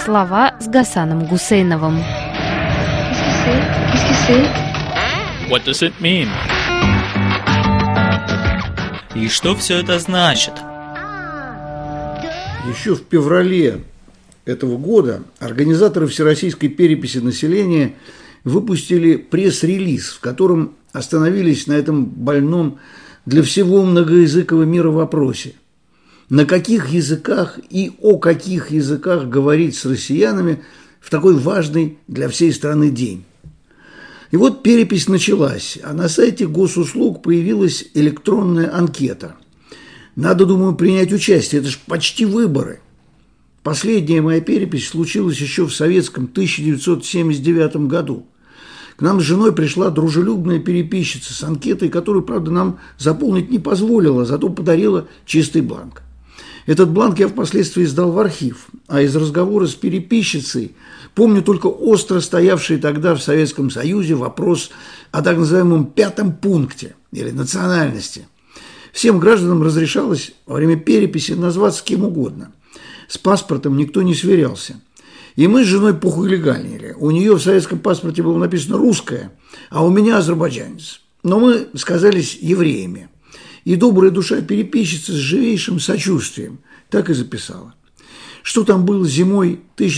Слова с Гасаном Гусейновым. What does it mean? И что все это значит? Еще в феврале этого года организаторы Всероссийской переписи населения выпустили пресс-релиз, в котором остановились на этом больном для всего многоязыкового мира вопросе. На каких языках и о каких языках говорить с россиянами в такой важный для всей страны день. И вот перепись началась, а на сайте госуслуг появилась электронная анкета. Надо, думаю, принять участие, это же почти выборы. Последняя моя перепись случилась еще в советском 1979 году. К нам с женой пришла дружелюбная переписчица с анкетой, которую, правда, нам заполнить не позволила, зато подарила чистый бланк. Этот бланк я впоследствии сдал в архив, а из разговора с переписчицей помню только остро стоявший тогда в Советском Союзе вопрос о так называемом пятом пункте или национальности. Всем гражданам разрешалось во время переписи назваться кем угодно. С паспортом никто не сверялся. И мы с женой похулиганили. У нее в советском паспорте было написано «русская», а у меня «азербайджанец». Но мы сказались евреями. И добрая душа переписчицы с живейшим сочувствием так и записала. Что там было зимой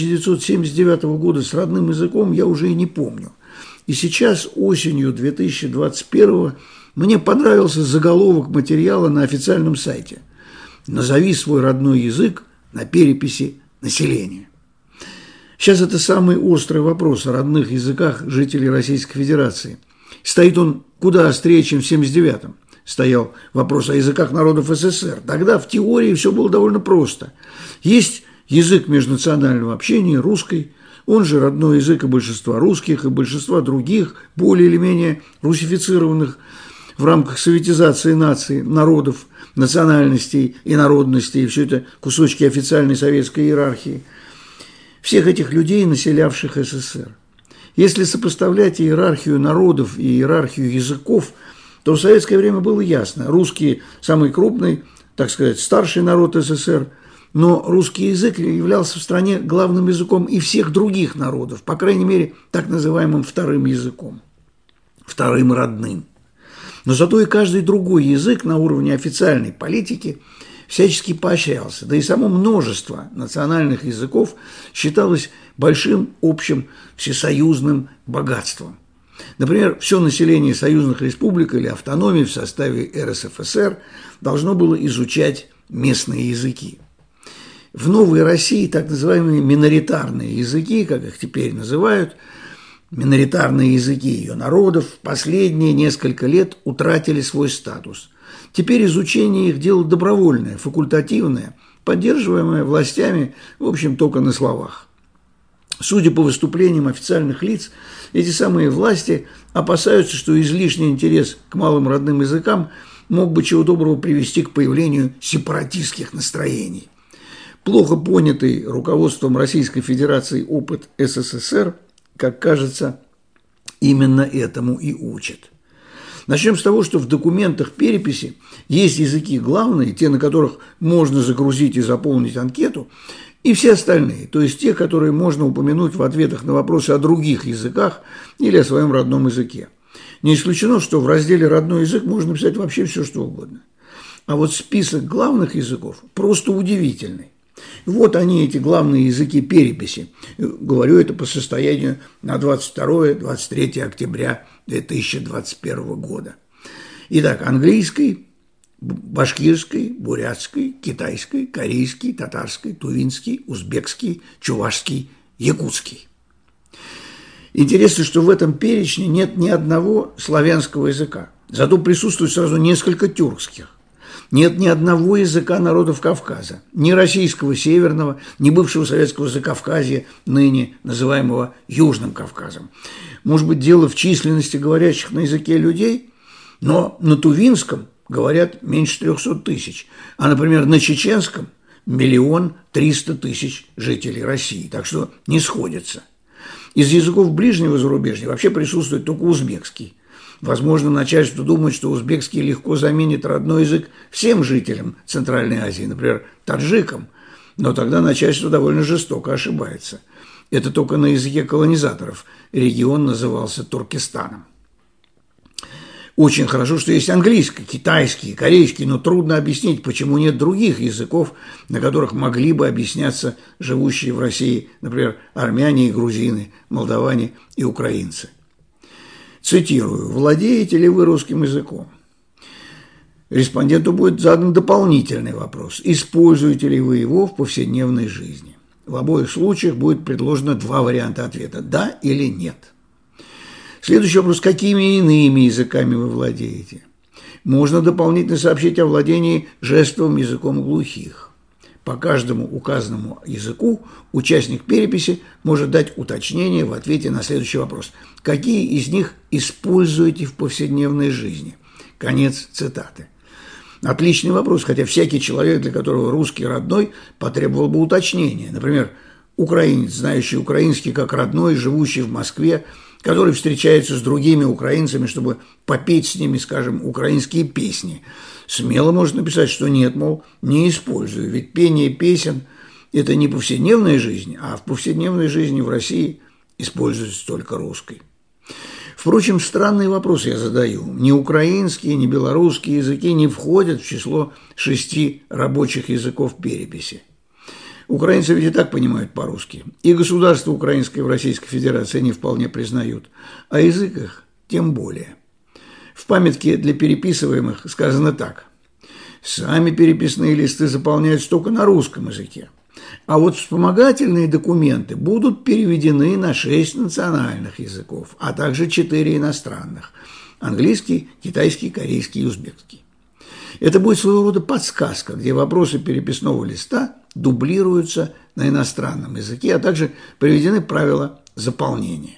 1979 года с родным языком, я уже и не помню. И сейчас, осенью 2021, мне понравился заголовок материала на официальном сайте «Назови свой родной язык на переписи населения». Сейчас это самый острый вопрос о родных языках жителей Российской Федерации. Стоит он куда острее, чем в 1979-м. Стоял вопрос о языках народов СССР. Тогда в теории все было довольно просто. Есть язык межнационального общения, русский, он же родной язык и большинства русских, и большинства других, более или менее русифицированных в рамках советизации наций, народов, национальностей и народностей, все это кусочки официальной советской иерархии. Всех этих людей, населявших СССР. Если сопоставлять иерархию народов и иерархию языков, то в советское время было ясно. Русский самый крупный, так сказать, старший народ СССР, но русский язык являлся в стране главным языком и всех других народов, по крайней мере, так называемым вторым языком, вторым родным. Но зато и каждый другой язык на уровне официальной политики всячески поощрялся, да и само множество национальных языков считалось большим общим всесоюзным богатством. Например, все население союзных республик или автономий в составе РСФСР должно было изучать местные языки. В новой России так называемые миноритарные языки, как их теперь называют, миноритарные языки ее народов, в последние несколько лет утратили свой статус. Теперь изучение их дело добровольное, факультативное, поддерживаемое властями, в общем, только на словах. Судя по выступлениям официальных лиц, эти самые власти опасаются, что излишний интерес к малым родным языкам мог бы чего доброго привести к появлению сепаратистских настроений. Плохо понятый руководством Российской Федерации опыт СССР, как кажется, именно этому и учит. Начнем с того, что в документах переписи есть языки главные, те, на которых можно загрузить и заполнить анкету, и все остальные, то есть те, которые можно упомянуть в ответах на вопросы о других языках или о своем родном языке. Не исключено, что в разделе «Родной язык» можно написать вообще все, что угодно. А вот список главных языков просто удивительный. Вот они, эти главные языки переписи. Говорю это по состоянию на 22-23 октября 2021 года. Итак, английский, башкирский, бурятский, китайский, корейский, татарский, тувинский, узбекский, чувашский, якутский. Интересно, что в этом перечне нет ни одного славянского языка. Зато присутствует сразу несколько тюркских. Нет ни одного языка народов Кавказа, ни российского северного, ни бывшего советского Закавказья, ныне называемого Южным Кавказом. Может быть, дело в численности говорящих на языке людей, но на тувинском говорят меньше 300 тысяч, а, например, на чеченском 1 300 000 жителей России, так что не сходятся. Из языков ближнего зарубежья вообще присутствует только узбекский. Возможно, начальство думает, что узбекский легко заменит родной язык всем жителям Центральной Азии, например, таджикам. Но тогда начальство довольно жестоко ошибается. Это только на языке колонизаторов регион назывался Туркестаном. Очень хорошо, что есть английский, китайский, корейский, но трудно объяснить, почему нет других языков, на которых могли бы объясняться живущие в России, например, армяне и грузины, молдаване и украинцы. Цитирую: «Владеете ли вы русским языком?» Респонденту будет задан дополнительный вопрос: используете ли вы его в повседневной жизни? В обоих случаях будет предложено два варианта ответа: да или нет. Следующий вопрос: какими иными языками вы владеете? Можно дополнительно сообщить о владении жестовым языком глухих. По каждому указанному языку участник переписи может дать уточнение в ответе на следующий вопрос: какие из них используете в повседневной жизни? Конец цитаты. Отличный вопрос, хотя всякий человек, для которого русский родной, потребовал бы уточнения. Например, украинец, знающий украинский как родной, живущий в Москве, который встречается с другими украинцами, чтобы попеть с ними, скажем, украинские песни, смело может написать, что нет, мол, не использую, ведь пение песен – это не повседневная жизнь, а в повседневной жизни в России используется только русский. Впрочем, странный вопрос я задаю. Ни украинские, ни белорусские языки не входят в число 6 рабочих языков переписи. Украинцы ведь и так понимают по-русски. И государство украинское в Российской Федерации не вполне признают, а язык их тем более. В памятке для переписываемых сказано так: сами переписные листы заполняются только на русском языке, а вот вспомогательные документы будут переведены на 6 национальных языков, а также 4 иностранных – английский, китайский, корейский и узбекский. Это будет своего рода подсказка, где вопросы переписного листа дублируются на иностранном языке, а также приведены правила заполнения.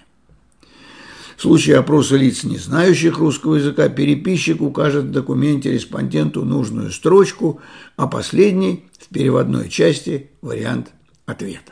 В случае опроса лиц, не знающих русского языка, переписчик укажет в документе респонденту нужную строчку, а последний в переводной части вариант ответа.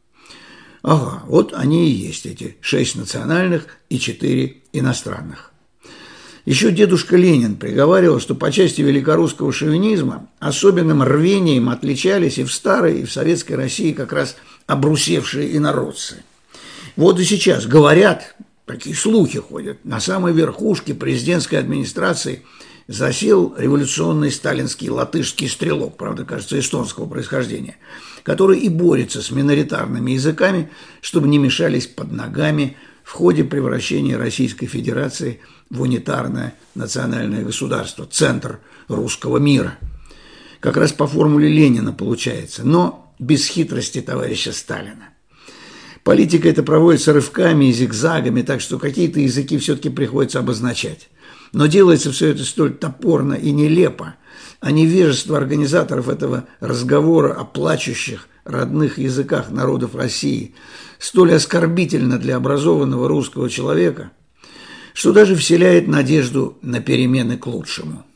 Ага, вот они и есть, эти 6 национальных и 4 иностранных. Еще дедушка Ленин приговаривал, что по части великорусского шовинизма особенным рвением отличались и в старой, и в советской России как раз обрусевшие инородцы. Вот и сейчас говорят, такие слухи ходят, на самой верхушке президентской администрации засел революционный сталинский латышский стрелок, правда, кажется, эстонского происхождения, который и борется с миноритарными языками, чтобы не мешались под ногами в ходе превращения Российской Федерации в унитарное национальное государство, центр русского мира. Как раз по формуле Ленина получается, но без хитрости товарища Сталина. Политика эта проводится рывками и зигзагами, так что какие-то языки все-таки приходится обозначать. Но делается все это столь топорно и нелепо, а невежество организаторов этого разговора о плачущих родных языках народов России столь оскорбительно для образованного русского человека, что даже вселяет надежду на перемены к лучшему.